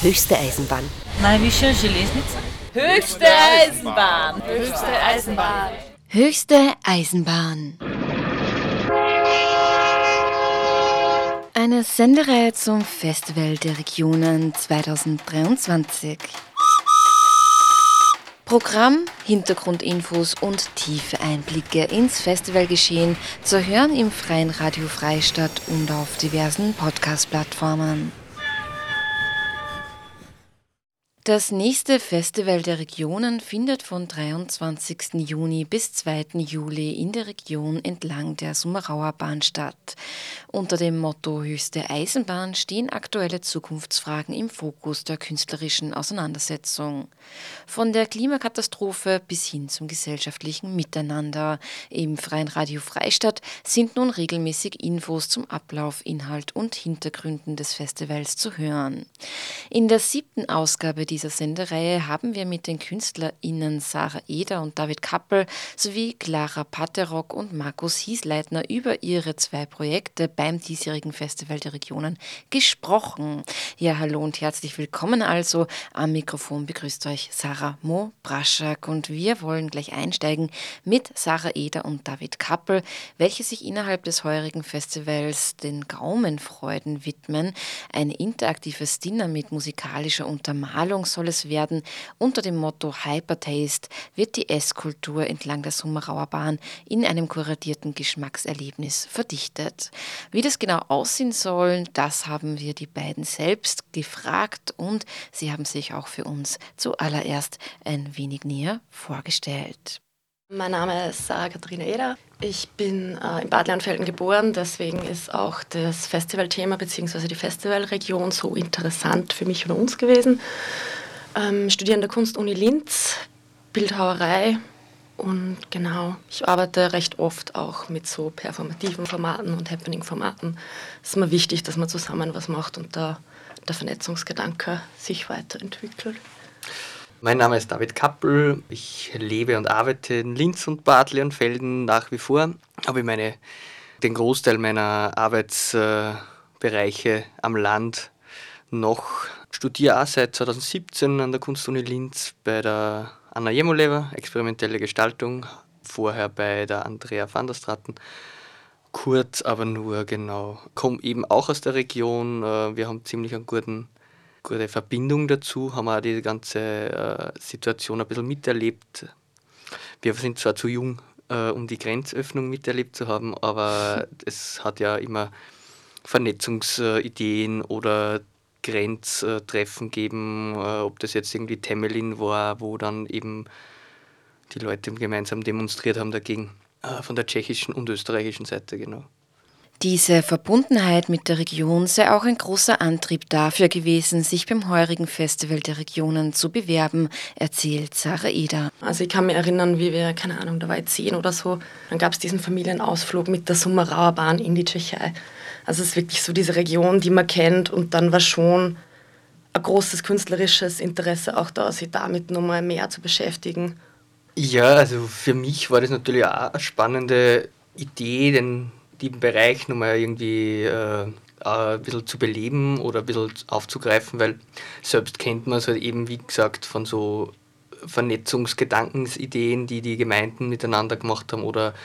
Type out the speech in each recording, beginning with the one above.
Höchste Eisenbahn. Najvyššia železnica. Höchste Eisenbahn. Höchste Eisenbahn. Höchste Eisenbahn. Eine Sendereihe zum Festival der Regionen 2023. Programm, Hintergrundinfos und tiefe Einblicke ins Festivalgeschehen zu hören im Freien Radio Freistadt und auf diversen Podcast-Plattformen. Das nächste Festival der Regionen findet von 23. Juni bis 2. Juli in der Region entlang der Summerauer Bahn statt. Unter dem Motto Höchste Eisenbahn stehen aktuelle Zukunftsfragen im Fokus der künstlerischen Auseinandersetzung. Von der Klimakatastrophe bis hin zum gesellschaftlichen Miteinander. Im Freien Radio Freistadt sind nun regelmäßig Infos zum Ablauf, Inhalt und Hintergründen des Festivals zu hören. In der 7. Ausgabe dieser Sendereihe haben wir mit den KünstlerInnen Sarah Eder und David Kappel sowie Clara Paterock und Markus Hiesleitner über ihre 2 Projekte beim diesjährigen Festival der Regionen gesprochen. Ja, hallo und herzlich willkommen also. Am Mikrofon begrüßt euch Sarah Mo-Braschak und wir wollen gleich einsteigen mit Sarah Eder und David Kappel, welche sich innerhalb des heurigen Festivals den Gaumenfreuden widmen. Ein interaktives Dinner mit musikalischer Untermalung soll es werden. Unter dem Motto Hypertaste wird die Esskultur entlang der Summerauer Bahn in einem kuratierten Geschmackserlebnis verdichtet. Wie das genau aussehen soll, das haben wir die beiden selbst gefragt und sie haben sich auch für uns zuallererst ein wenig näher vorgestellt. Mein Name ist Sarah Katharina Eder. Ich bin in Bad Leonfelden geboren, deswegen ist auch das Festivalthema bzw. die Festivalregion so interessant für mich oder uns gewesen. Studiere an der Kunstuni Linz, Bildhauerei und genau, ich arbeite recht oft auch mit so performativen Formaten und Happening-Formaten. Es ist mir wichtig, dass man zusammen was macht und da der Vernetzungsgedanke sich weiterentwickelt. Mein Name ist David Kappel, ich lebe und arbeite in Linz und Bad Leonfelden nach wie vor, habe den Großteil meiner Arbeitsbereiche am Land noch. Studiere auch seit 2017 an der Kunstuni Linz bei der Anna Jemolewa, experimentelle Gestaltung, vorher bei der Andrea van der Straten, kurz aber nur genau. Komme eben auch aus der Region, wir haben ziemlich eine gute Verbindung dazu, haben auch die ganze Situation ein bisschen miterlebt. Wir sind zwar zu jung, um die Grenzöffnung miterlebt zu haben, aber es hat ja immer Vernetzungsideen oder Grenztreffen geben, ob das jetzt irgendwie Temelin war, wo dann eben die Leute gemeinsam demonstriert haben dagegen, von der tschechischen und österreichischen Seite, genau. Diese Verbundenheit mit der Region sei auch ein großer Antrieb dafür gewesen, sich beim heurigen Festival der Regionen zu bewerben, erzählt Sarah Eder. Also ich kann mich erinnern, wie wir, keine Ahnung, da war ich 10 oder so, dann gab es diesen Familienausflug mit der Summerauer Bahn in die Tschechei. Also es ist wirklich so diese Region, die man kennt und dann war schon ein großes künstlerisches Interesse auch da, sich damit nochmal mehr zu beschäftigen. Ja, also für mich war das natürlich auch eine spannende Idee, den Bereich nochmal irgendwie ein bisschen zu beleben oder ein bisschen aufzugreifen, weil selbst kennt man es halt eben, wie gesagt, von so Vernetzungsgedankensideen, die die Gemeinden miteinander gemacht haben oder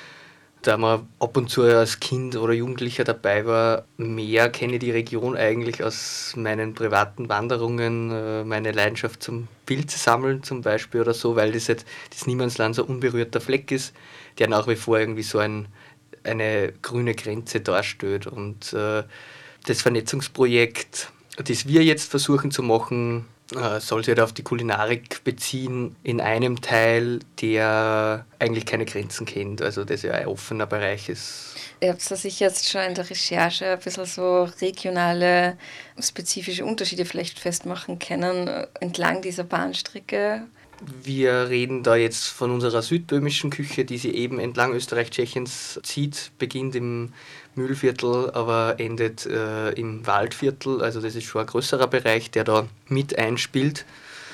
da man ab und zu als Kind oder Jugendlicher dabei war, mehr kenne ich die Region eigentlich aus meinen privaten Wanderungen, meine Leidenschaft zum Pilze sammeln zum Beispiel oder so, weil das Niemandsland so ein unberührter Fleck ist, der nach wie vor irgendwie so eine grüne Grenze darstellt. Und das Vernetzungsprojekt, das wir jetzt versuchen zu machen, soll sich halt auf die Kulinarik beziehen, in einem Teil, der eigentlich keine Grenzen kennt, also das ja ein offener Bereich ist. Ihr habt sich jetzt schon in der Recherche ein bisschen so regionale, spezifische Unterschiede vielleicht festmachen können entlang dieser Bahnstrecke. Wir reden da jetzt von unserer südböhmischen Küche, die sich eben entlang Österreich-Tschechiens zieht, beginnt im Mühlviertel, aber endet im Waldviertel. Also das ist schon ein größerer Bereich, der da mit einspielt.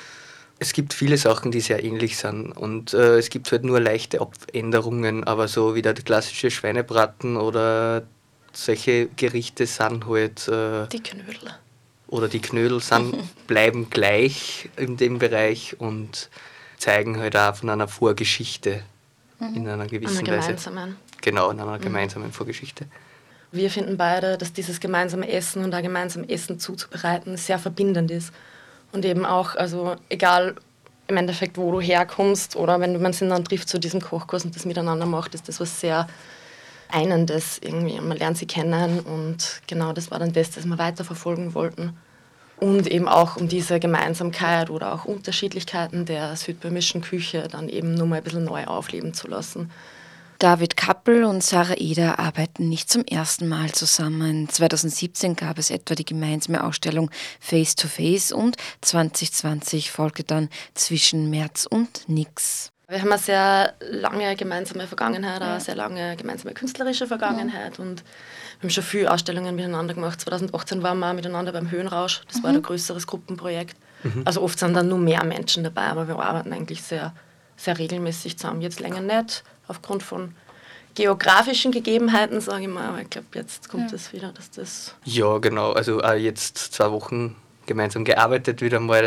Es gibt viele Sachen, die sehr ähnlich sind und es gibt halt nur leichte Abänderungen, aber so wie der klassische Schweinebraten oder solche Gerichte sind halt... Die Knödel. oder die Knödel bleiben gleich in dem Bereich und zeigen halt auch von einer Vorgeschichte in einer gewissen Weise. Gemeinsamen. Genau, in einer gemeinsamen Vorgeschichte. Wir finden beide, dass dieses gemeinsame Essen und da gemeinsam Essen zuzubereiten sehr verbindend ist. Und eben auch, also egal im Endeffekt, wo du herkommst oder wenn man sich dann trifft zu diesem Kochkurs und das miteinander macht, ist das was sehr Einendes irgendwie. Man lernt sie kennen und genau das war dann das wir weiterverfolgen wollten. Und eben auch um diese Gemeinsamkeit oder auch Unterschiedlichkeiten der südböhmischen Küche dann eben nur mal ein bisschen neu aufleben zu lassen. David Kappel und Sarah Eder arbeiten nicht zum ersten Mal zusammen. 2017 gab es etwa die gemeinsame Ausstellung Face to Face und 2020 folgte dann Zwischen März und Nix. Wir haben eine sehr lange gemeinsame Vergangenheit, eine sehr lange gemeinsame künstlerische Vergangenheit und wir haben schon viele Ausstellungen miteinander gemacht. 2018 waren wir auch miteinander beim Höhenrausch, das war ein größeres Gruppenprojekt. Also oft sind dann nur mehr Menschen dabei, aber wir arbeiten eigentlich sehr, sehr regelmäßig zusammen. Jetzt länger nicht, aufgrund von geografischen Gegebenheiten, sage ich mal, aber ich glaube, jetzt kommt es wieder, dass das... Ja, genau, also auch jetzt 2 Wochen gemeinsam gearbeitet, wieder mal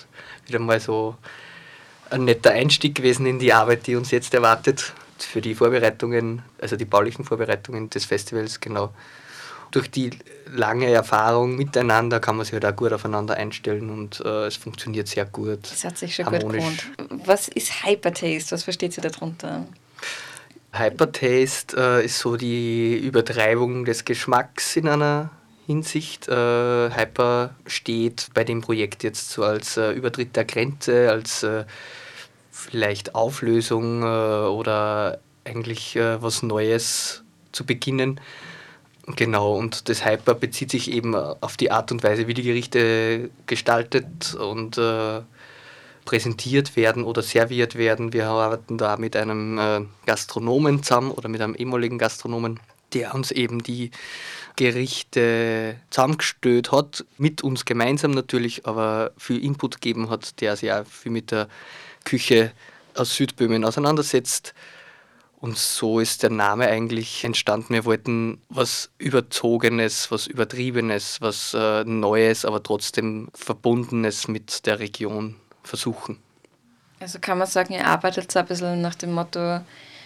so ein netter Einstieg gewesen in die Arbeit, die uns jetzt erwartet, für die Vorbereitungen, also die baulichen Vorbereitungen des Festivals, genau. Durch die lange Erfahrung miteinander kann man sich halt auch gut aufeinander einstellen und es funktioniert sehr gut. Das hat sich schon harmonisch. gut gewohnt. Was ist Hypertaste? Was versteht ihr darunter? Hypertaste ist so die Übertreibung des Geschmacks in einer Hinsicht. Hyper steht bei dem Projekt jetzt so als Übertritt der Grenze, als vielleicht Auflösung oder eigentlich was Neues zu beginnen. Genau, und das Hyper bezieht sich eben auf die Art und Weise, wie die Gerichte gestaltet und präsentiert werden oder serviert werden. Wir arbeiten da mit einem Gastronomen zusammen oder mit einem ehemaligen Gastronomen, der uns eben die Gerichte zusammengestellt hat, mit uns gemeinsam natürlich, aber viel Input gegeben hat, der sich auch viel mit der Küche aus Südböhmen auseinandersetzt. Und so ist der Name eigentlich entstanden. Wir wollten was Überzogenes, was Übertriebenes, was Neues, aber trotzdem Verbundenes mit der Region versuchen. Also kann man sagen, ihr arbeitet so ein bisschen nach dem Motto,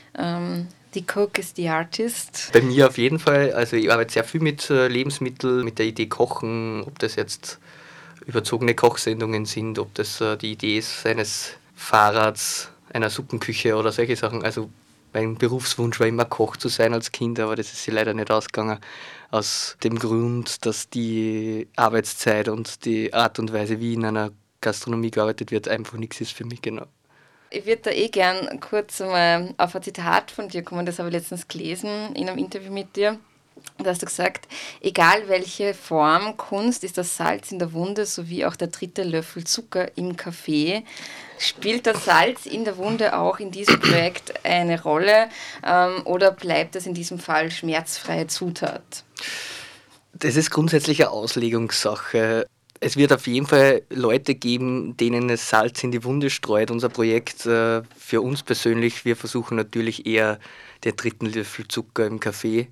the cook is the artist. Bei mir auf jeden Fall. Also ich arbeite sehr viel mit Lebensmitteln, mit der Idee Kochen, ob das jetzt überzogene Kochsendungen sind, ob das die Idee ist eines Fahrrads, einer Suppenküche oder solche Sachen. Also mein Berufswunsch war immer Koch zu sein als Kind, aber das ist sich leider nicht ausgegangen. Aus dem Grund, dass die Arbeitszeit und die Art und Weise, wie in einer Gastronomie gearbeitet wird, einfach nichts ist für mich, genau. Ich würde da gern kurz mal auf ein Zitat von dir kommen, das habe ich letztens gelesen in einem Interview mit dir. Da hast du gesagt, egal welche Form, Kunst ist das Salz in der Wunde sowie auch der 3. Löffel Zucker im Kaffee. Spielt das Salz in der Wunde auch in diesem Projekt eine Rolle oder bleibt es in diesem Fall schmerzfreie Zutat? Das ist grundsätzlich eine Auslegungssache. Es wird auf jeden Fall Leute geben, denen es Salz in die Wunde streut. Unser Projekt für uns persönlich, wir versuchen natürlich eher den 3. Löffel Zucker im Kaffee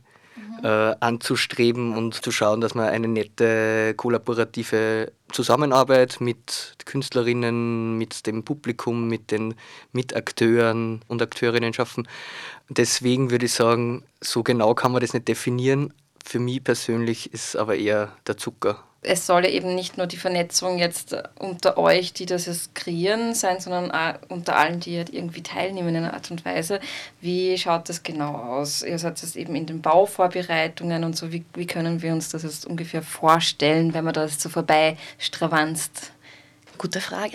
anzustreben und zu schauen, dass wir eine nette kollaborative Zusammenarbeit mit Künstlerinnen, mit dem Publikum, mit den Mitakteuren und Akteurinnen schaffen. Deswegen würde ich sagen, so genau kann man das nicht definieren. Für mich persönlich ist aber eher der Zucker. Es soll ja eben nicht nur die Vernetzung jetzt unter euch, die das jetzt kreieren, sein, sondern auch unter allen, die halt irgendwie teilnehmen in einer Art und Weise. Wie schaut das genau aus? Ihr seid jetzt eben in den Bauvorbereitungen und so. Wie können wir uns das jetzt ungefähr vorstellen, wenn man da so vorbei stravanzt? Gute Frage.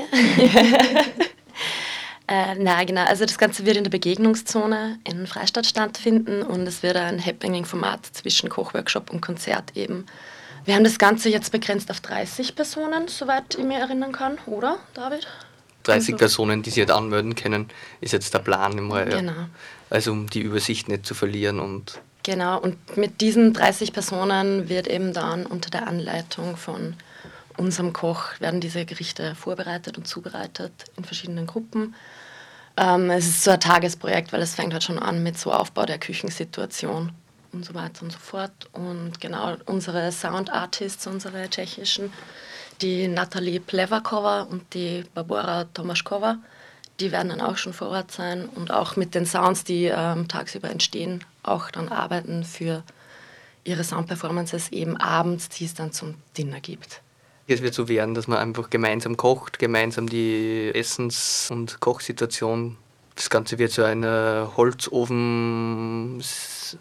Genau. Also das Ganze wird in der Begegnungszone in Freistadt stattfinden und es wird ein Happening-Format zwischen Kochworkshop und Konzert eben. Wir haben das Ganze jetzt begrenzt auf 30 Personen, soweit ich mir erinnern kann, oder, David? 30 Personen, die sich halt anmelden können, ist jetzt der Plan immer. Ja. Genau. Also um die Übersicht nicht zu verlieren. Genau, und mit diesen 30 Personen wird eben dann unter der Anleitung von unserem Koch werden diese Gerichte vorbereitet und zubereitet in verschiedenen Gruppen. Es ist so ein Tagesprojekt, weil es fängt halt schon an mit so Aufbau der Küchensituation. und so weiter und so fort. Und genau, unsere Sound Artists, unsere tschechischen, die Natalie Plevakova und die Barbora Tomašková, die werden dann auch schon vor Ort sein und auch mit den Sounds, die tagsüber entstehen, auch dann arbeiten für ihre Soundperformances eben abends, die es dann zum Dinner gibt. Es wird so werden, dass man einfach gemeinsam kocht, gemeinsam die Essens- und Kochsituation. Das Ganze wird so ein holzofenartiges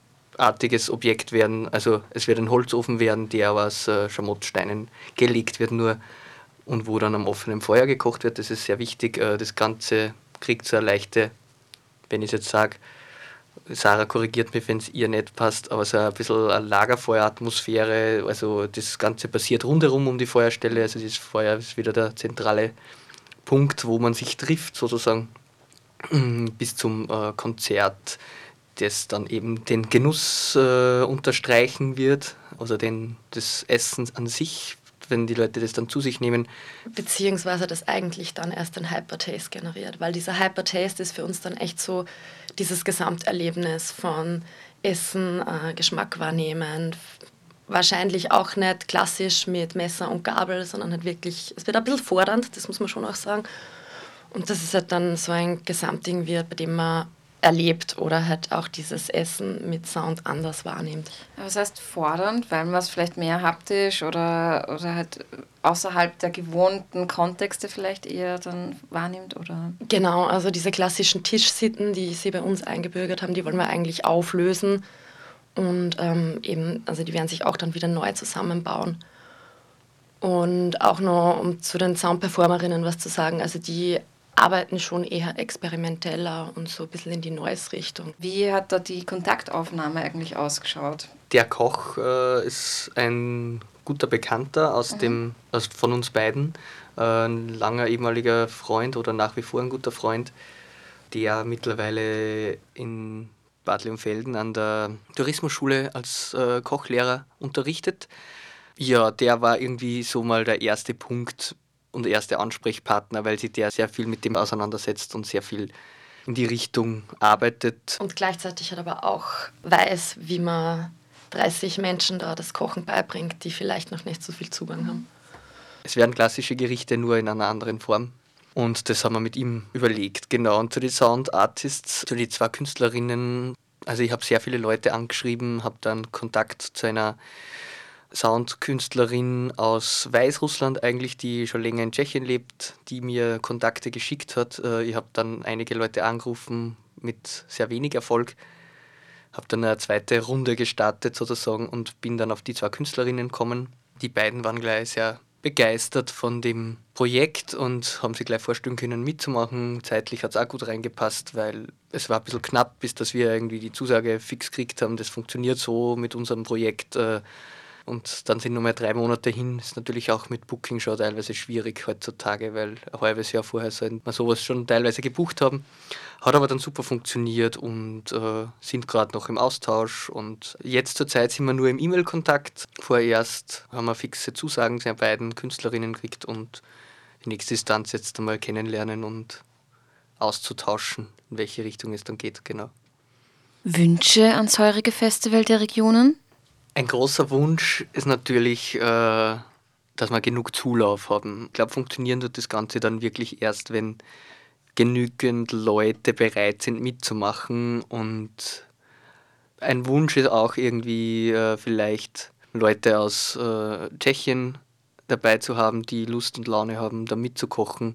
Objekt werden. Also es wird ein Holzofen werden, der aus Schamottsteinen gelegt wird nur und wo dann am offenen Feuer gekocht wird. Das ist sehr wichtig. Das Ganze kriegt so eine leichte, wenn ich es jetzt sage, Sarah korrigiert mich, wenn es ihr nicht passt, aber so ein bisschen eine Lagerfeueratmosphäre. Also das Ganze passiert rundherum um die Feuerstelle. Also das Feuer ist wieder der zentrale Punkt, wo man sich trifft, sozusagen, bis zum Konzert, das dann eben den Genuss unterstreichen wird, also das Essen an sich, wenn die Leute das dann zu sich nehmen. Beziehungsweise das eigentlich dann erst ein Hypertaste generiert, weil dieser Hypertaste ist für uns dann echt so dieses Gesamterlebnis von Essen, Geschmack wahrnehmen, wahrscheinlich auch nicht klassisch mit Messer und Gabel, sondern halt wirklich, es wird ein bisschen fordernd, das muss man schon auch sagen. Und dass es halt dann so ein Gesamtding wird, bei dem man erlebt oder halt auch dieses Essen mit Sound anders wahrnimmt. Aber was heißt fordernd, weil man es vielleicht mehr haptisch oder halt außerhalb der gewohnten Kontexte vielleicht eher dann wahrnimmt? Oder? Genau, also diese klassischen Tischsitten, die sie bei uns eingebürgert haben, die wollen wir eigentlich auflösen und eben, also die werden sich auch dann wieder neu zusammenbauen. Und auch noch, um zu den Soundperformerinnen was zu sagen, also die arbeiten schon eher experimenteller und so ein bisschen in die Noise-Richtung. Wie hat da die Kontaktaufnahme eigentlich ausgeschaut? Der Koch ist ein guter Bekannter von uns beiden, ein langer ehemaliger Freund oder nach wie vor ein guter Freund, der mittlerweile in Bad Leonfelden an der Tourismusschule als Kochlehrer unterrichtet. Ja, der war irgendwie so mal der erste Punkt und erste Ansprechpartner, weil sich der sehr viel mit dem auseinandersetzt und sehr viel in die Richtung arbeitet. Und gleichzeitig hat aber auch weiß, wie man 30 Menschen da das Kochen beibringt, die vielleicht noch nicht so viel Zugang haben. Es werden klassische Gerichte nur in einer anderen Form. Und das haben wir mit ihm überlegt, genau. Und zu den Sound Artists, zu den 2 Künstlerinnen, also ich habe sehr viele Leute angeschrieben, habe dann Kontakt zu einer Soundkünstlerin aus Weißrussland eigentlich, die schon länger in Tschechien lebt, die mir Kontakte geschickt hat. Ich habe dann einige Leute angerufen mit sehr wenig Erfolg, habe dann eine zweite Runde gestartet sozusagen und bin dann auf die 2 Künstlerinnen gekommen. Die beiden waren gleich sehr begeistert von dem Projekt und haben sich gleich vorstellen können mitzumachen. Zeitlich hat es auch gut reingepasst, weil es war ein bisschen knapp, bis dass wir irgendwie die Zusage fix gekriegt haben, das funktioniert so mit unserem Projekt. Und dann sind nochmal 3 Monate hin. Ist natürlich auch mit Booking schon teilweise schwierig heutzutage, weil ein halbes Jahr vorher sollte man sowas schon teilweise gebucht haben. Hat aber dann super funktioniert und sind gerade noch im Austausch. Und jetzt zur Zeit sind wir nur im E-Mail-Kontakt. Vorerst haben wir fixe Zusagen der beiden Künstlerinnen gekriegt und die nächste Instanz jetzt einmal kennenlernen und auszutauschen, in welche Richtung es dann geht, genau. Wünsche ans heurige Festival der Regionen? Ein großer Wunsch ist natürlich, dass wir genug Zulauf haben. Ich glaube, funktionieren wird das Ganze dann wirklich erst, wenn genügend Leute bereit sind mitzumachen. Und ein Wunsch ist auch irgendwie vielleicht Leute aus Tschechien dabei zu haben, die Lust und Laune haben, da mitzukochen,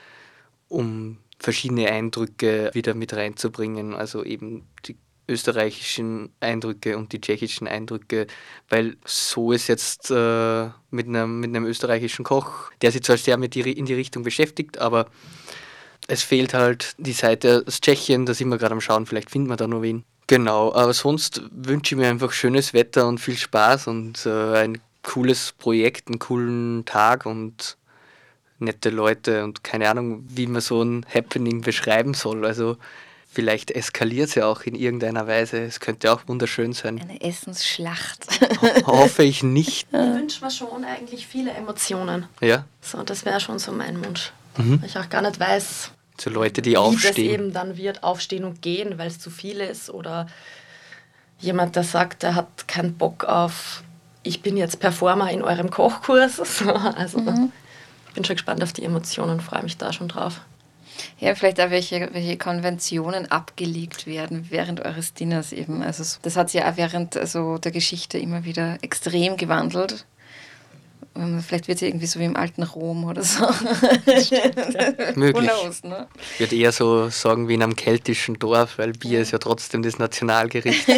um verschiedene Eindrücke wieder mit reinzubringen. Also eben die österreichischen Eindrücke und die tschechischen Eindrücke, weil so ist jetzt mit einem österreichischen Koch, der sich zwar sehr in die Richtung beschäftigt, aber es fehlt halt die Seite aus Tschechien, da sind wir gerade am Schauen, vielleicht finden wir da noch wen. Genau, aber sonst wünsche ich mir einfach schönes Wetter und viel Spaß und ein cooles Projekt, einen coolen Tag und nette Leute und keine Ahnung, wie man so ein Happening beschreiben soll. Also vielleicht eskaliert es ja auch in irgendeiner Weise. Es könnte auch wunderschön sein. Eine Essensschlacht. Hoffe ich nicht. Ich wünsche mir schon eigentlich viele Emotionen. Ja. So, das wäre schon so mein Wunsch. Weil ich auch gar nicht weiß, So Leute, die wie das aufstehen. eben dann wird, aufstehen und gehen, weil es zu viel ist oder jemand, der sagt, er hat keinen Bock auf, ich bin jetzt Performer in eurem Kochkurs. Also ich bin schon gespannt auf die Emotionen, freue mich da schon drauf. Ja, vielleicht auch welche Konventionen abgelegt werden während eures Dinners eben. Also das hat sich ja auch während der Geschichte immer wieder extrem gewandelt. Vielleicht wird es irgendwie so wie im alten Rom oder so. Möglich. Who knows, ne? Ich würde eher so sagen wie in einem keltischen Dorf, weil Bier ist ja trotzdem das Nationalgericht.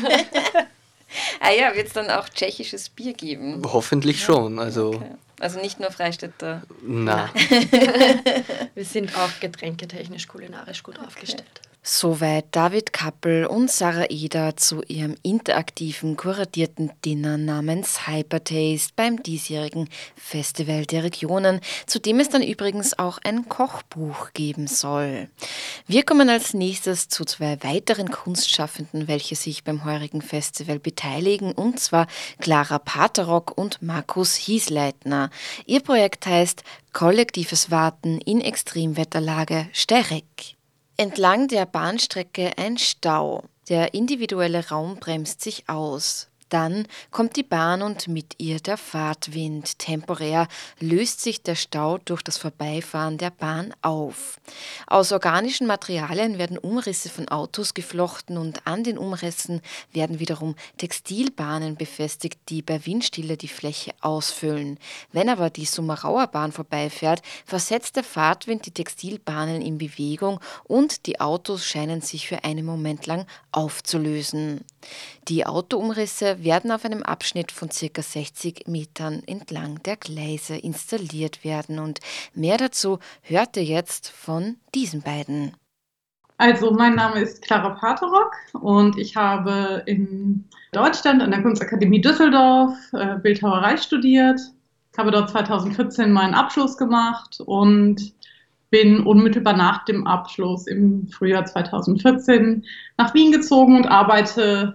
Ah ja, wird es dann auch tschechisches Bier geben? Hoffentlich schon. Also, okay. Also nicht nur Freistädter. na. Wir sind auch getränketechnisch, kulinarisch gut aufgestellt. Soweit David Kappel und Sarah Eder zu ihrem interaktiven, kuratierten Dinner namens Hypertaste beim diesjährigen Festival der Regionen, zu dem es dann übrigens auch ein Kochbuch geben soll. Wir kommen als nächstes zu 2 weiteren Kunstschaffenden, welche sich beim heurigen Festival beteiligen, und zwar Clara Paterok und Markus Hiesleitner. Ihr Projekt heißt Kollektives Warten in Extremwetterlage Steyrek. Entlang der Bahnstrecke ein Stau. Der individuelle Raum bremst sich aus. Dann kommt die Bahn und mit ihr der Fahrtwind. Temporär löst sich der Stau durch das Vorbeifahren der Bahn auf. Aus organischen Materialien werden Umrisse von Autos geflochten und an den Umrissen werden wiederum Textilbahnen befestigt, die bei Windstille die Fläche ausfüllen. Wenn aber die Summerauer Bahn vorbeifährt, versetzt der Fahrtwind die Textilbahnen in Bewegung und die Autos scheinen sich für einen Moment lang aufzulösen. Die Autoumrisse werden auf einem Abschnitt von ca. 60 Metern entlang der Gleise installiert werden. Und mehr dazu hört ihr jetzt von diesen beiden. Also mein Name ist Clara Paterok und ich habe in Deutschland an der Kunstakademie Düsseldorf Bildhauerei studiert, habe dort 2014 meinen Abschluss gemacht und bin unmittelbar nach dem Abschluss im Frühjahr 2014 nach Wien gezogen und arbeite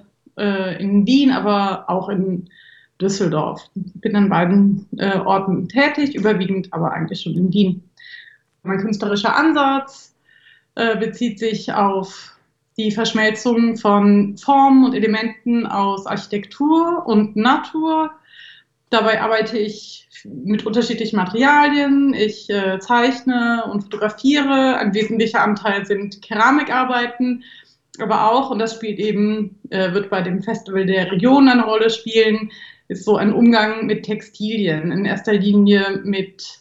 in Wien, aber auch in Düsseldorf. Bin an beiden Orten tätig, überwiegend aber eigentlich schon in Wien. Mein künstlerischer Ansatz bezieht sich auf die Verschmelzung von Formen und Elementen aus Architektur und Natur. Dabei arbeite ich mit unterschiedlichen Materialien. Ich zeichne und fotografiere. Ein wesentlicher Anteil sind Keramikarbeiten. Aber auch, und das spielt eben, wird bei dem Festival der Regionen eine Rolle spielen, ist so ein Umgang mit Textilien, in erster Linie mit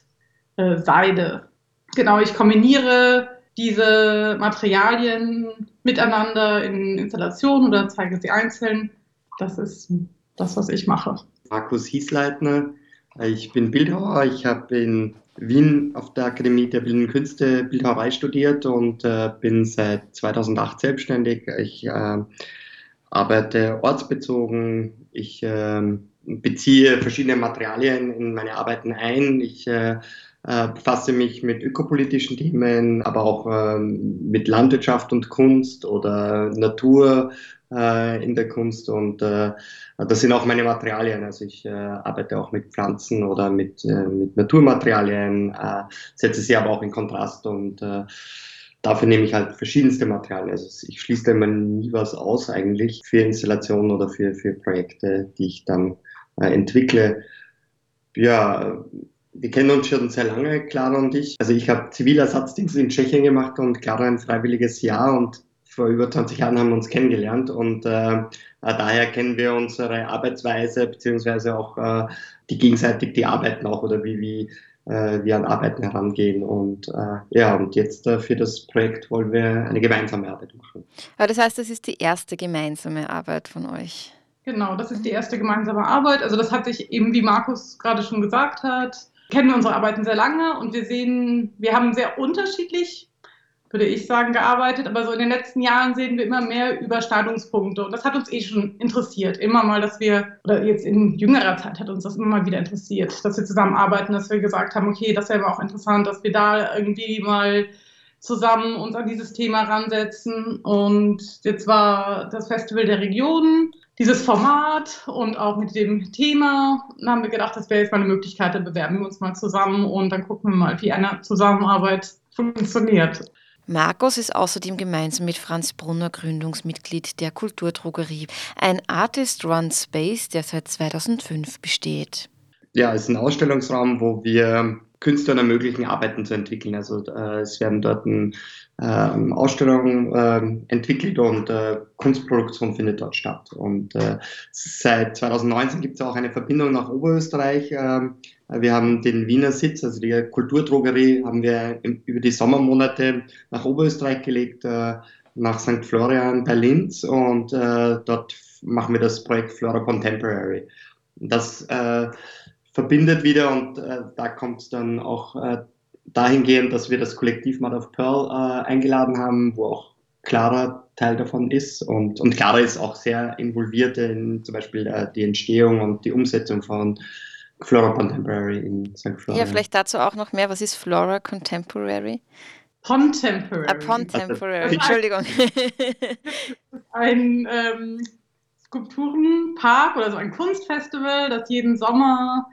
Seide. Genau, ich kombiniere diese Materialien miteinander in Installationen oder zeige sie einzeln. Das ist das, was ich mache. Markus Hiesleitner, ich bin Bildhauer. Ich habe in Wien auf der Akademie der Bildenden Künste Bildhauerei studiert und bin seit 2008 selbstständig. Ich arbeite ortsbezogen. Ich beziehe verschiedene Materialien in meine Arbeiten ein. Ich befasse mich mit ökopolitischen Themen, aber auch mit Landwirtschaft und Kunst oder Natur in der Kunst, und das sind auch meine Materialien. Also ich arbeite auch mit Pflanzen oder mit Naturmaterialien, setze sie aber auch in Kontrast, und dafür nehme ich halt verschiedenste Materialien. Also ich schließe immer nie was aus eigentlich für Installationen oder für Projekte, die ich dann entwickle. Ja, wir kennen uns schon sehr lange, Clara und ich. Also ich habe Zivilersatzdienst in Tschechien gemacht und Clara ein freiwilliges Jahr, und vor über 20 Jahren haben wir uns kennengelernt, und daher kennen wir unsere Arbeitsweise beziehungsweise auch die gegenseitig die Arbeiten auch, oder wie wir an Arbeiten herangehen, und und jetzt für das Projekt wollen wir eine gemeinsame Arbeit machen. Aber das heißt, das ist die erste gemeinsame Arbeit von euch? Genau, das ist die erste gemeinsame Arbeit. Also das hat sich eben, wie Markus gerade schon gesagt hat, kennen wir unsere Arbeiten sehr lange, und wir haben sehr unterschiedlich, würde ich sagen, gearbeitet, aber so in den letzten Jahren sehen wir immer mehr Überschneidungspunkte, und das hat uns schon interessiert. Immer mal, oder jetzt in jüngerer Zeit hat uns das immer mal wieder interessiert, dass wir zusammenarbeiten, dass wir gesagt haben, okay, das wäre auch interessant, dass wir da irgendwie mal zusammen uns an dieses Thema ransetzen. Und jetzt war das Festival der Regionen, dieses Format, und auch mit dem Thema, dann haben wir gedacht, das wäre jetzt mal eine Möglichkeit, dann bewerben wir uns mal zusammen und dann gucken wir mal, wie eine Zusammenarbeit funktioniert. Markus ist außerdem gemeinsam mit Franz Brunner Gründungsmitglied der Kulturdrogerie, ein Artist-Run Space, der seit 2005 besteht. Ja, es ist ein Ausstellungsraum, wo wir Künstlern ermöglichen, Arbeiten zu entwickeln. Also es werden dort Ausstellungen entwickelt und Kunstproduktion findet dort statt. Und seit 2019 gibt es auch eine Verbindung nach Oberösterreich. Wir haben den Wiener Sitz, also die Kulturdrogerie, haben wir über die Sommermonate nach Oberösterreich gelegt, nach St. Florian bei Linz, und dort machen wir das Projekt Flora Contemporary. Das verbindet wieder, und da kommt es dann auch dahingehend, dass wir das Kollektiv Mother of Pearl eingeladen haben, wo auch Clara Teil davon ist, und Clara ist auch sehr involviert in zum Beispiel die Entstehung und die Umsetzung von Flora Contemporary in St. Florian. Ja, vielleicht dazu auch noch mehr. Was ist Flora Contemporary? Contemporary. Contemporary, Entschuldigung. Ein Skulpturenpark oder so ein Kunstfestival, das jeden Sommer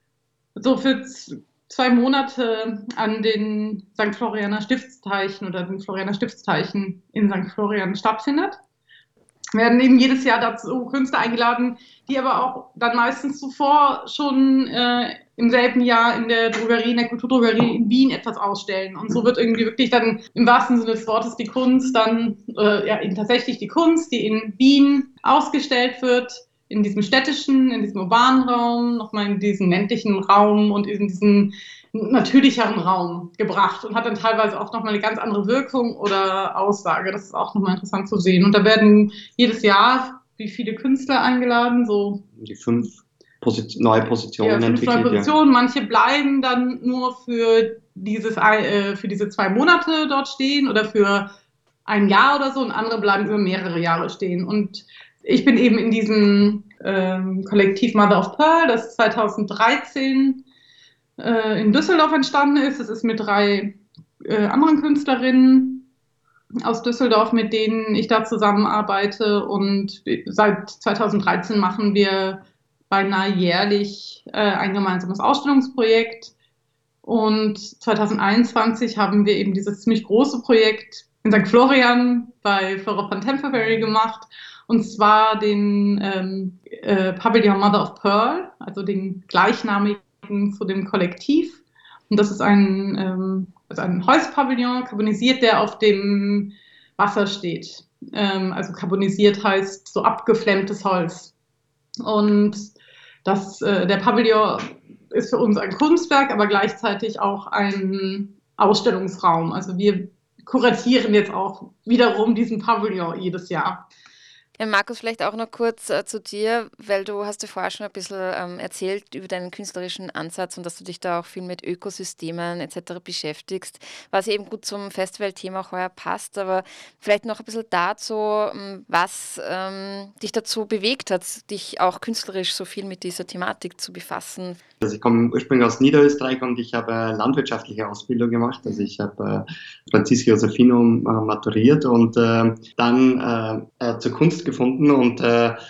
so für 2 Monate an den St. Florianer Stiftsteichen oder den Florianer Stiftsteichen in St. Florian stattfindet. Wir werden eben jedes Jahr dazu Künstler eingeladen, die aber auch dann meistens zuvor schon im selben Jahr in der Drogerie, in der Kulturdrogerie in Wien etwas ausstellen. Und so wird irgendwie wirklich dann im wahrsten Sinne des Wortes die Kunst dann, eben tatsächlich die Kunst, die in Wien ausgestellt wird, in diesem städtischen, in diesem urbanen Raum, nochmal in diesem ländlichen Raum und in diesen natürlicheren Raum gebracht und hat dann teilweise auch nochmal eine ganz andere Wirkung oder Aussage. Das ist auch nochmal interessant zu sehen. Und da werden jedes Jahr wie viele Künstler eingeladen? So die 5 neue Positionen entwickelt. 5 neue Positionen. Ja. Manche bleiben dann nur für diese 2 Monate dort stehen oder für ein Jahr oder so, und andere bleiben über mehrere Jahre stehen. Und ich bin eben in diesem Kollektiv Mother of Pearl, das 2013 in Düsseldorf entstanden ist. Es ist mit 3 anderen Künstlerinnen aus Düsseldorf, mit denen ich da zusammenarbeite. Und seit 2013 machen wir beinahe jährlich ein gemeinsames Ausstellungsprojekt. Und 2021 haben wir eben dieses ziemlich große Projekt in St. Florian bei Flora Contemporary gemacht. Und zwar den Pavillon Mother of Pearl, also den gleichnamigen zu dem Kollektiv. Und das ist ein Holzpavillon, carbonisiert, der auf dem Wasser steht. Also carbonisiert heißt so abgeflammtes Holz. Und der Pavillon ist für uns ein Kunstwerk, aber gleichzeitig auch ein Ausstellungsraum. Also wir kuratieren jetzt auch wiederum diesen Pavillon jedes Jahr. Ja, Markus, vielleicht auch noch kurz zu dir, weil du hast ja vorher schon ein bisschen erzählt über deinen künstlerischen Ansatz und dass du dich da auch viel mit Ökosystemen etc. beschäftigst, was eben gut zum Festivalthema auch heuer passt, aber vielleicht noch ein bisschen dazu, was dich dazu bewegt hat, dich auch künstlerisch so viel mit dieser Thematik zu befassen. Also ich komme ursprünglich aus Niederösterreich und ich habe landwirtschaftliche Ausbildung gemacht. Also ich habe Francisco Josephinum maturiert und dann zur Kunst gefunden und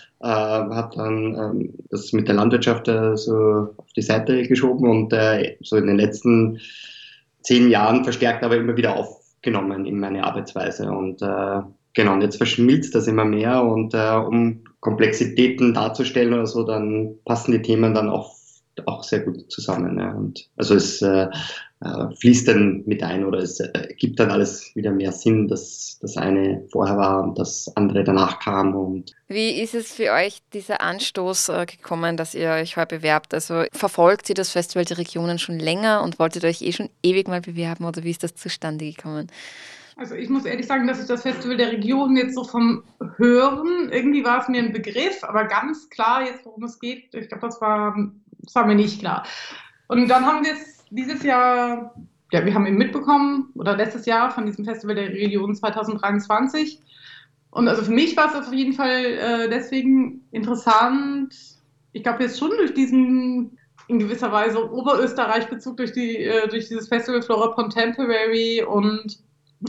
habe dann das mit der Landwirtschaft so auf die Seite geschoben und so in den letzten 10 Jahren verstärkt aber immer wieder aufgenommen in meine Arbeitsweise. Und genau, und jetzt verschmilzt das immer mehr, und um Komplexitäten darzustellen oder so, dann passen die Themen dann auch sehr gut zusammen. Ja. Und also es fließt dann mit ein, oder es gibt dann alles wieder mehr Sinn, dass das eine vorher war und das andere danach kam. Und wie ist es für euch dieser Anstoß gekommen, dass ihr euch heute bewerbt? Also verfolgt ihr das Festival der Regionen schon länger und wolltet euch schon ewig mal bewerben, oder wie ist das zustande gekommen? Also ich muss ehrlich sagen, dass ich das Festival der Regionen jetzt so vom Hören, irgendwie war es mir ein Begriff, aber ganz klar jetzt, worum es geht, ich glaube, das war mir nicht klar. Und dann haben wir es dieses Jahr, ja, wir haben eben mitbekommen, oder letztes Jahr von diesem Festival der Regionen 2023. Und also für mich war es auf jeden Fall deswegen interessant. Ich glaube jetzt schon durch diesen in gewisser Weise Oberösterreich-Bezug durch dieses Festival Flora Contemporary, und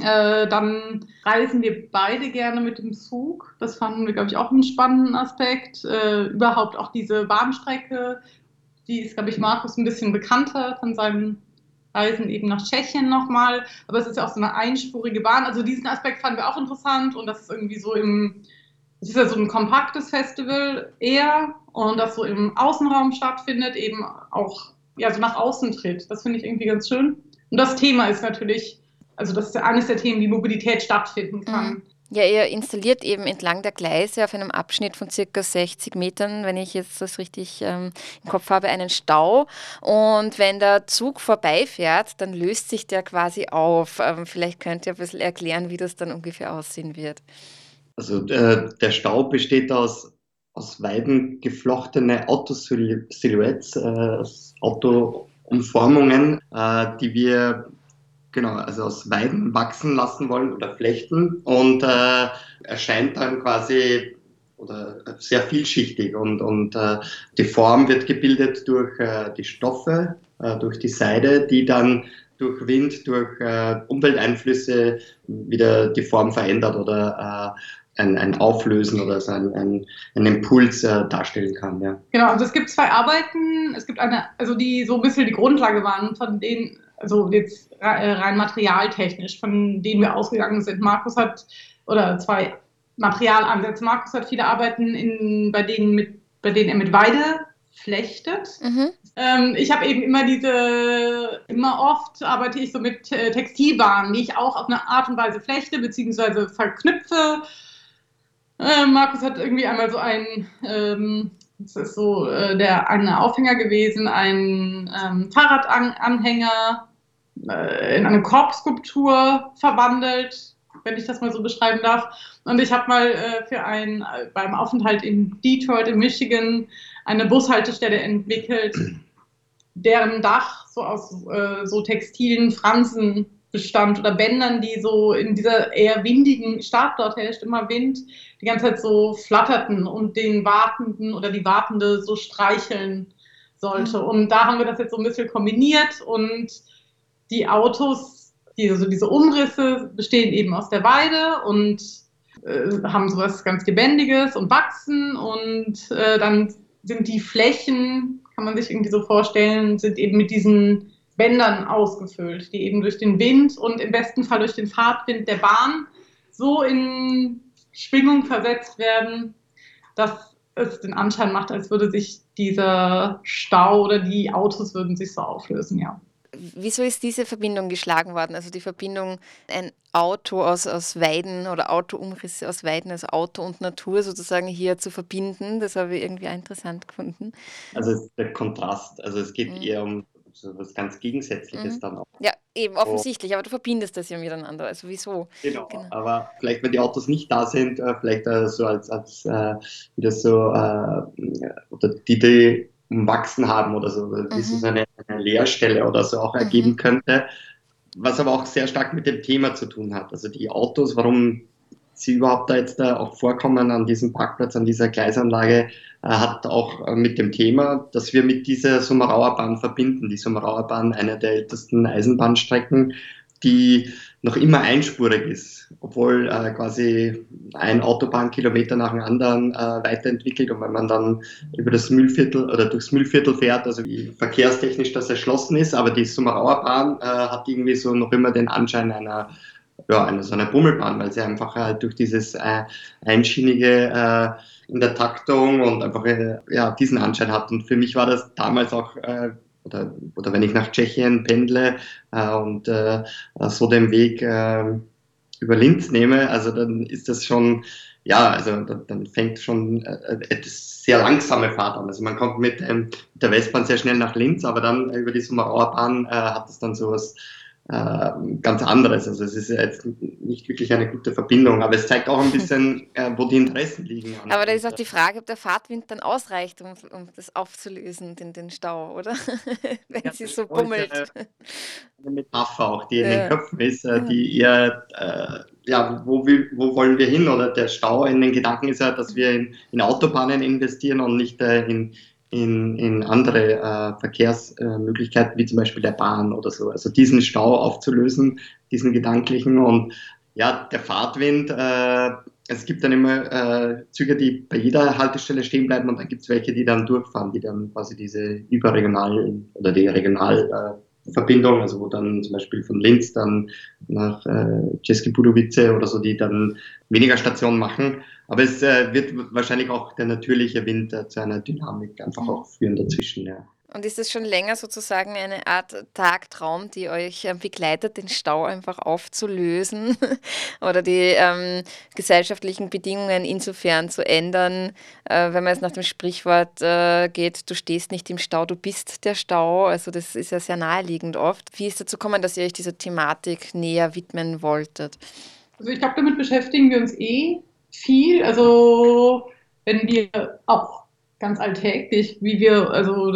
dann reisen wir beide gerne mit dem Zug. Das fanden wir, glaube ich, auch einen spannenden Aspekt. Überhaupt auch diese Bahnstrecke, die ist, glaube ich, Markus ein bisschen bekannter von seinem reisen eben nach Tschechien nochmal, aber es ist ja auch so eine einspurige Bahn. Also diesen Aspekt fanden wir auch interessant und das ist irgendwie so es ist ja so ein kompaktes Festival eher und das so im Außenraum stattfindet, eben auch ja, so nach außen tritt. Das finde ich irgendwie ganz schön. Und das Thema ist natürlich, also das ist ja eines der Themen, wie Mobilität stattfinden kann. Ja, ihr installiert eben entlang der Gleise auf einem Abschnitt von circa 60 Metern, wenn ich jetzt das richtig im Kopf habe, einen Stau. Und wenn der Zug vorbeifährt, dann löst sich der quasi auf. Vielleicht könnt ihr ein bisschen erklären, wie das dann ungefähr aussehen wird. Also der Stau besteht aus Weiden geflochtene Autosilhouettes, Autoumformungen, die wir genau, also aus Weiden wachsen lassen wollen oder flechten und erscheint dann quasi oder sehr vielschichtig und die Form wird gebildet durch die Stoffe, durch die Seide, die dann durch Wind, durch Umwelteinflüsse wieder die Form verändert oder ein Auflösen oder so ein Impuls darstellen kann. Ja. Genau, also es gibt 2 Arbeiten. Es gibt eine, also die so ein bisschen die Grundlage waren von denen, also jetzt rein materialtechnisch, von denen wir ausgegangen sind. Markus hat, oder 2 Materialansätze. Markus hat viele Arbeiten, bei denen er mit Weide flechtet. Ich habe eben immer oft arbeite ich so mit Textilwaren, die ich auch auf eine Art und Weise flechte, beziehungsweise verknüpfe. Markus hat irgendwie einmal so das ist so eine Aufhänger gewesen, ein Fahrradanhänger in eine Korbskulptur verwandelt, wenn ich das mal so beschreiben darf. Und ich habe mal beim Aufenthalt in Detroit in Michigan eine Bushaltestelle entwickelt, deren Dach so aus so textilen Fransen bestand oder Bändern, die so in dieser eher windigen Stadt, dort herrscht immer Wind, die ganze Zeit so flatterten und den Wartenden oder die Wartende so streicheln sollte. Und da haben wir das jetzt so ein bisschen kombiniert und die Autos, diese Umrisse bestehen eben aus der Weide und haben sowas ganz Lebendiges und wachsen und dann sind die Flächen, kann man sich irgendwie so vorstellen, sind eben mit diesen Bändern ausgefüllt, die eben durch den Wind und im besten Fall durch den Fahrtwind der Bahn so in Schwingung versetzt werden, dass es den Anschein macht, als würde sich dieser Stau oder die Autos würden sich so auflösen, ja. Wieso ist diese Verbindung geschlagen worden? Also die Verbindung, ein Auto aus Weiden oder Autoumrisse aus Weiden, also Auto und Natur sozusagen hier zu verbinden, das habe ich irgendwie interessant gefunden. Also es ist der Kontrast, also es geht eher um so was ganz Gegensätzliches dann auch. Ja, eben offensichtlich, aber du verbindest das ja miteinander, also wieso? Genau. Aber vielleicht, wenn die Autos nicht da sind, vielleicht so als wieder so, oder die umwachsen haben oder so, wie so eine Leerstelle oder so auch ergeben könnte, was aber auch sehr stark mit dem Thema zu tun hat. Also die Autos, warum sie überhaupt da jetzt auch vorkommen an diesem Parkplatz, an dieser Gleisanlage, hat auch mit dem Thema, dass wir mit dieser Sumerauer Bahn verbinden. Die Sumerauer Bahn, eine der ältesten Eisenbahnstrecken, die noch immer einspurig ist, obwohl quasi ein Autobahnkilometer nach dem anderen weiterentwickelt. Und wenn man dann über das Mühlviertel oder durchs Mühlviertel fährt, also wie verkehrstechnisch das erschlossen ist, aber die Sumerauer Bahn hat irgendwie so noch immer den Anschein einer so einer Bummelbahn, weil sie einfach durch dieses Einschienige in der Taktung und einfach diesen Anschein hat. Und für mich war das damals auch oder wenn ich nach Tschechien pendle und so den Weg über Linz nehme, also dann ist das schon, also dann fängt schon eine sehr langsame Fahrt an. Also man kommt mit der Westbahn sehr schnell nach Linz, aber dann über die Sumerauer Bahn hat es dann sowas ganz anderes. Also es ist jetzt nicht wirklich eine gute Verbindung, aber es zeigt auch ein bisschen, wo die Interessen liegen. Aber da ist auch die Frage, ob der Fahrtwind dann ausreicht, um das aufzulösen, den Stau, oder? Wenn sie so bummelt. Eine Metapher auch, die in den Köpfen ist, die eher, wo wollen wir hin? Oder der Stau in den Gedanken ist ja, dass wir in Autobahnen investieren und nicht in andere Verkehrsmöglichkeiten, wie zum Beispiel der Bahn oder so. Also diesen Stau aufzulösen, diesen gedanklichen und der Fahrtwind, es gibt dann immer Züge, die bei jeder Haltestelle stehen bleiben und dann gibt es welche, die dann durchfahren, die dann quasi diese überregionalen oder die Regionalzüge Verbindung, also wo dann zum Beispiel von Linz dann nach České Budějovice oder so, die dann weniger Stationen machen. Aber es wird wahrscheinlich auch der natürliche Wind zu einer Dynamik einfach auch führen dazwischen, ja. Und ist das schon länger sozusagen eine Art Tagtraum, die euch begleitet, den Stau einfach aufzulösen oder die gesellschaftlichen Bedingungen insofern zu ändern, wenn man jetzt nach dem Sprichwort geht, du stehst nicht im Stau, du bist der Stau. Also das ist ja sehr naheliegend oft. Wie ist dazu gekommen, dass ihr euch dieser Thematik näher widmen wolltet? Also ich glaube, damit beschäftigen wir uns viel. Also wenn wir auch ganz alltäglich, wie wir also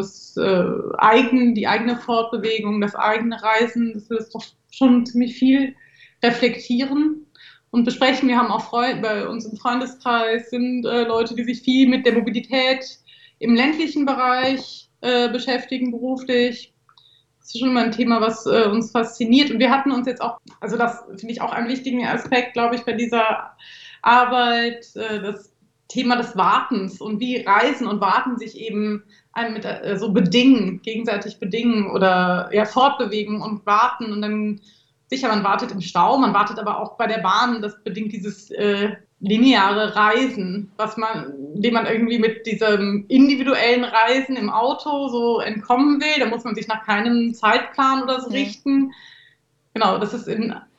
die eigene Fortbewegung, das eigene Reisen, dass wir das doch schon ziemlich viel reflektieren und besprechen. Wir haben auch bei uns im Freundeskreis sind Leute, die sich viel mit der Mobilität im ländlichen Bereich beschäftigen, beruflich. Das ist schon immer ein Thema, was uns fasziniert. Und wir hatten uns jetzt auch, also das finde ich auch einen wichtigen Aspekt, glaube ich, bei dieser Arbeit, das Thema des Wartens und wie Reisen und Warten sich eben einem mit so gegenseitig bedingen oder ja, fortbewegen und warten und dann sicher, man wartet im Stau, man wartet aber auch bei der Bahn, das bedingt dieses lineare Reisen, dem man irgendwie mit diesem individuellen Reisen im Auto so entkommen will, da muss man sich nach keinem Zeitplan oder so richten. Genau, das ist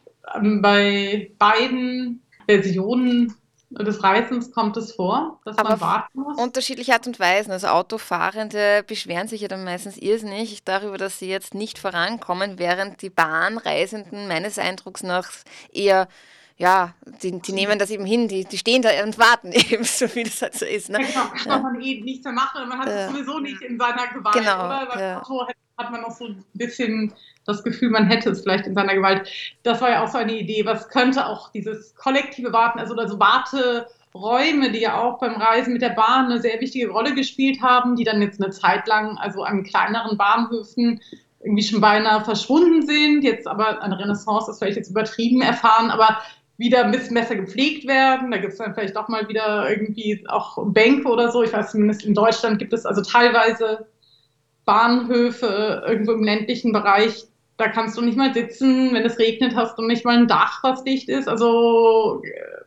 bei beiden Versionen des Reisens kommt es vor, dass man warten muss. Unterschiedliche Art und Weisen. Also Autofahrende beschweren sich ja dann meistens irrsinnig darüber, dass sie jetzt nicht vorankommen, während die Bahnreisenden meines Eindrucks nach eher, ja, die nehmen das eben hin, die stehen da und warten eben, so wie das halt so ist. Ne? Ja, genau, kann man nichts mehr machen, man hat es sowieso nicht in seiner Gewalt, genau, oder? Beim Auto hat man noch so ein bisschen das Gefühl, man hätte es vielleicht in seiner Gewalt. Das war ja auch so eine Idee, was könnte auch dieses kollektive Warten, also Warteräume, die ja auch beim Reisen mit der Bahn eine sehr wichtige Rolle gespielt haben, die dann jetzt eine Zeit lang, also an kleineren Bahnhöfen irgendwie schon beinahe verschwunden sind, jetzt aber eine Renaissance ist vielleicht jetzt übertrieben erfahren, aber wieder ein bisschen besser gepflegt werden. Da gibt es dann vielleicht auch mal wieder irgendwie auch Bänke oder so. Ich weiß zumindest in Deutschland gibt es also teilweise Bahnhöfe irgendwo im ländlichen Bereich, da kannst du nicht mal sitzen, wenn es regnet, hast du nicht mal ein Dach, was dicht ist. Also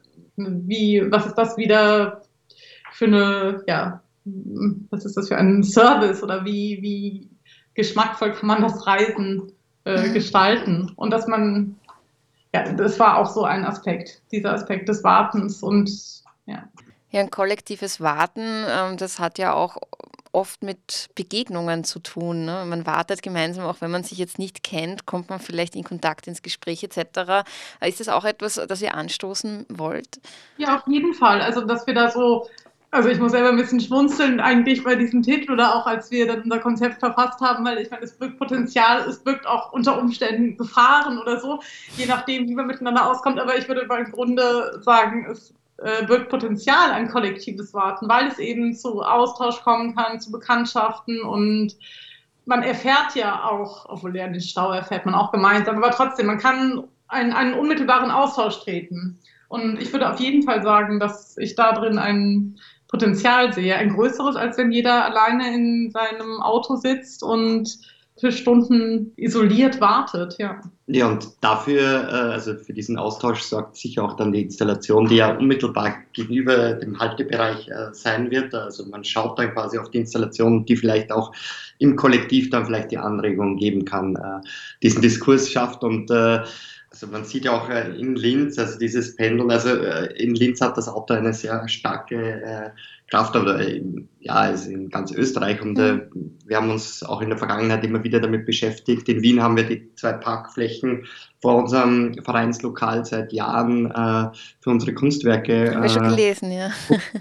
was ist das wieder für was ist das für ein Service oder wie geschmackvoll kann man das Reisen gestalten? Und dass man, das war auch so ein Aspekt, dieser Aspekt des Wartens und ja. Ja, ein kollektives Warten, das hat ja auch oft mit Begegnungen zu tun. Ne? Man wartet gemeinsam, auch wenn man sich jetzt nicht kennt, kommt man vielleicht in Kontakt, ins Gespräch etc. Ist das auch etwas, das ihr anstoßen wollt? Ja, auf jeden Fall. Also, dass wir da also ich muss selber ein bisschen schmunzeln eigentlich bei diesem Titel oder auch als wir dann unser Konzept verfasst haben, weil ich meine, es birgt Potenzial, es birgt auch unter Umständen Gefahren oder so, je nachdem, wie man miteinander auskommt. Aber ich würde im Grunde sagen, es birgt Potenzial, ein kollektives Warten, weil es eben zu Austausch kommen kann, zu Bekanntschaften und man erfährt ja auch, obwohl den Stau erfährt man auch gemeinsam, aber trotzdem, man kann einen unmittelbaren Austausch treten. Und ich würde auf jeden Fall sagen, dass ich da drin ein Potenzial sehe, ein größeres, als wenn jeder alleine in seinem Auto sitzt und für Stunden isoliert wartet, ja. Ja, und dafür, also für diesen Austausch sorgt sicher auch dann die Installation, die ja unmittelbar gegenüber dem Haltebereich sein wird. Also man schaut dann quasi auf die Installation, die vielleicht auch im Kollektiv dann vielleicht die Anregung geben kann, diesen Diskurs schafft und also man sieht ja auch in Linz, also dieses Pendeln, also in Linz hat das Auto eine sehr starke Kraft, aber also in ganz Österreich und wir haben uns auch in der Vergangenheit immer wieder damit beschäftigt. In Wien haben wir die 2 Parkflächen vor unserem Vereinslokal seit Jahren für unsere Kunstwerke. Habe ich schon gelesen, ja.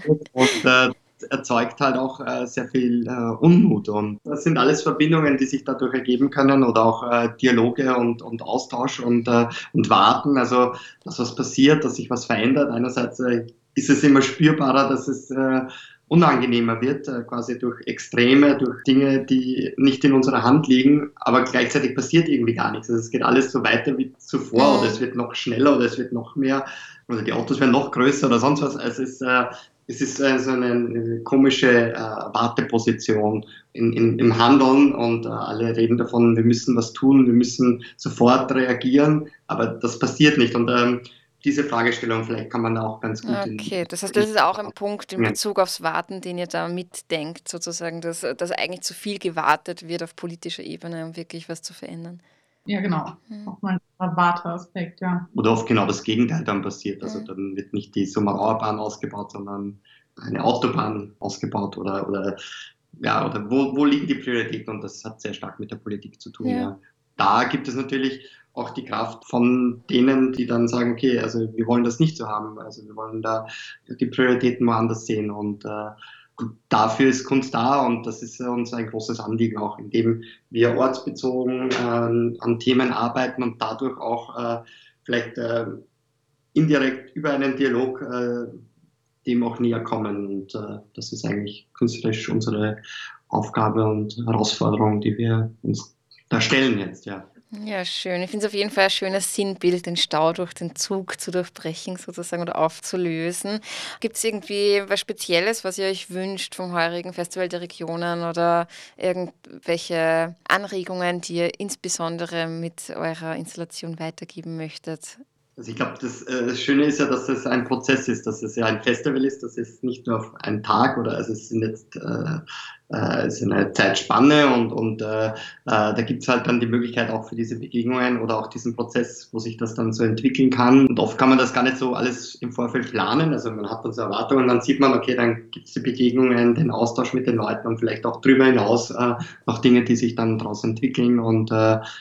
Und erzeugt halt auch sehr viel Unmut und das sind alles Verbindungen, die sich dadurch ergeben können oder auch Dialoge und Austausch und Warten, also dass was passiert, dass sich was verändert. Einerseits ist es immer spürbarer, dass es unangenehmer wird, quasi durch Extreme, durch Dinge, die nicht in unserer Hand liegen, aber gleichzeitig passiert irgendwie gar nichts. Also es geht alles so weiter wie zuvor oder es wird noch schneller oder es wird noch mehr oder die Autos werden noch größer oder sonst was. Also es es ist so eine komische Warteposition im Handeln und alle reden davon, wir müssen was tun, wir müssen sofort reagieren, aber das passiert nicht. Und diese Fragestellung vielleicht kann man auch ganz gut Okay, das heißt, das ist auch ein Punkt in Bezug aufs Warten, den ihr da mitdenkt, sozusagen, dass eigentlich zu viel gewartet wird auf politischer Ebene, um wirklich was zu verändern. Ja, genau. Auch mal ein Warte-Aspekt, ja. Oder oft genau das Gegenteil dann passiert. Also dann wird nicht die Sumerauerbahn ausgebaut, sondern eine Autobahn ausgebaut oder wo liegen die Prioritäten? Und das hat sehr stark mit der Politik zu tun. Ja. Da gibt es natürlich auch die Kraft von denen, die dann sagen, okay, also wir wollen das nicht so haben. Also wir wollen da die Prioritäten woanders sehen und dafür ist Kunst da und das ist uns ein großes Anliegen auch, indem wir ortsbezogen an Themen arbeiten und dadurch auch vielleicht indirekt über einen Dialog dem auch näher kommen. Und das ist eigentlich künstlerisch unsere Aufgabe und Herausforderung, die wir uns da stellen jetzt, ja. Ja, schön. Ich finde es auf jeden Fall ein schönes Sinnbild, den Stau durch den Zug zu durchbrechen sozusagen oder aufzulösen. Gibt es irgendwie was Spezielles, was ihr euch wünscht vom heurigen Festival der Regionen oder irgendwelche Anregungen, die ihr insbesondere mit eurer Installation weitergeben möchtet? Also ich glaube, das Schöne ist ja, dass es ein Prozess ist, dass es ja ein Festival ist, das ist nicht nur auf einen Tag oder also es sind jetzt es ist eine Zeitspanne und da gibt es halt dann die Möglichkeit auch für diese Begegnungen oder auch diesen Prozess, wo sich das dann so entwickeln kann. Und oft kann man das gar nicht so alles im Vorfeld planen, also man hat dann so Erwartungen, dann sieht man, okay, dann gibt es die Begegnungen, den Austausch mit den Leuten und vielleicht auch darüber hinaus noch Dinge, die sich dann daraus entwickeln und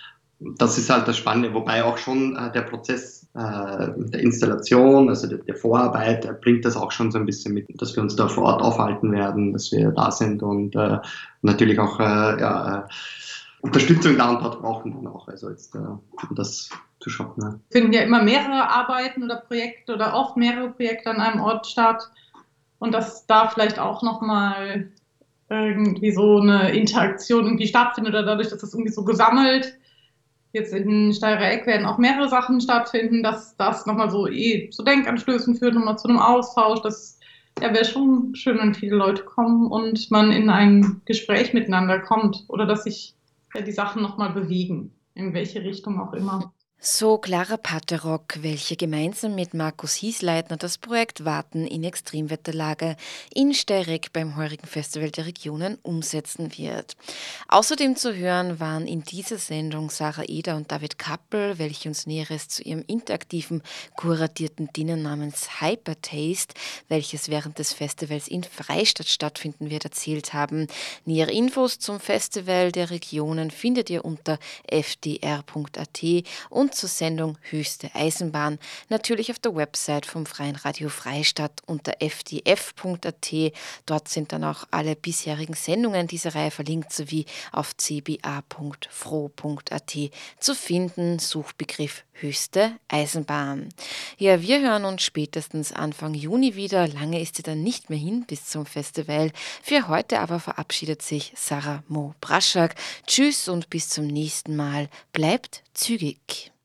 das ist halt das Spannende, wobei auch schon der Prozess der Installation, also der Vorarbeit, bringt das auch schon so ein bisschen mit, dass wir uns da vor Ort aufhalten werden, dass wir da sind und natürlich auch Unterstützung da und dort brauchen dann auch, also jetzt um das zu schaffen. Ja. Finden ja immer mehrere Arbeiten oder Projekte oder oft mehrere Projekte an einem Ort statt und dass da vielleicht auch nochmal irgendwie so eine Interaktion irgendwie stattfindet oder dadurch, dass das irgendwie so gesammelt jetzt in Steirer Eck werden auch mehrere Sachen stattfinden, dass das nochmal so zu Denkanstößen führt, nochmal zu einem Austausch. Das wäre schon schön, wenn viele Leute kommen und man in ein Gespräch miteinander kommt oder dass sich die Sachen nochmal bewegen, in welche Richtung auch immer. So Clara Paterok, welche gemeinsam mit Markus Hiesleitner das Projekt Warten in Extremwetterlage in Steireck beim heurigen Festival der Regionen umsetzen wird. Außerdem zu hören waren in dieser Sendung Sarah Eder und David Kappel, welche uns Näheres zu ihrem interaktiven, kuratierten Dinner namens Hypertaste, welches während des Festivals in Freistadt stattfinden wird, erzählt haben. Nähere Infos zum Festival der Regionen findet ihr unter fdr.at und zur Sendung Höchste Eisenbahn natürlich auf der Website vom Freien Radio Freistadt unter fdf.at. Dort sind dann auch alle bisherigen Sendungen dieser Reihe verlinkt sowie auf cba.fro.at zu finden. Suchbegriff Höchste Eisenbahn. Ja, wir hören uns spätestens Anfang Juni wieder. Lange ist sie dann nicht mehr hin bis zum Festival. Für heute aber verabschiedet sich Sarah Mo Braschak. Tschüss und bis zum nächsten Mal. Bleibt zügig.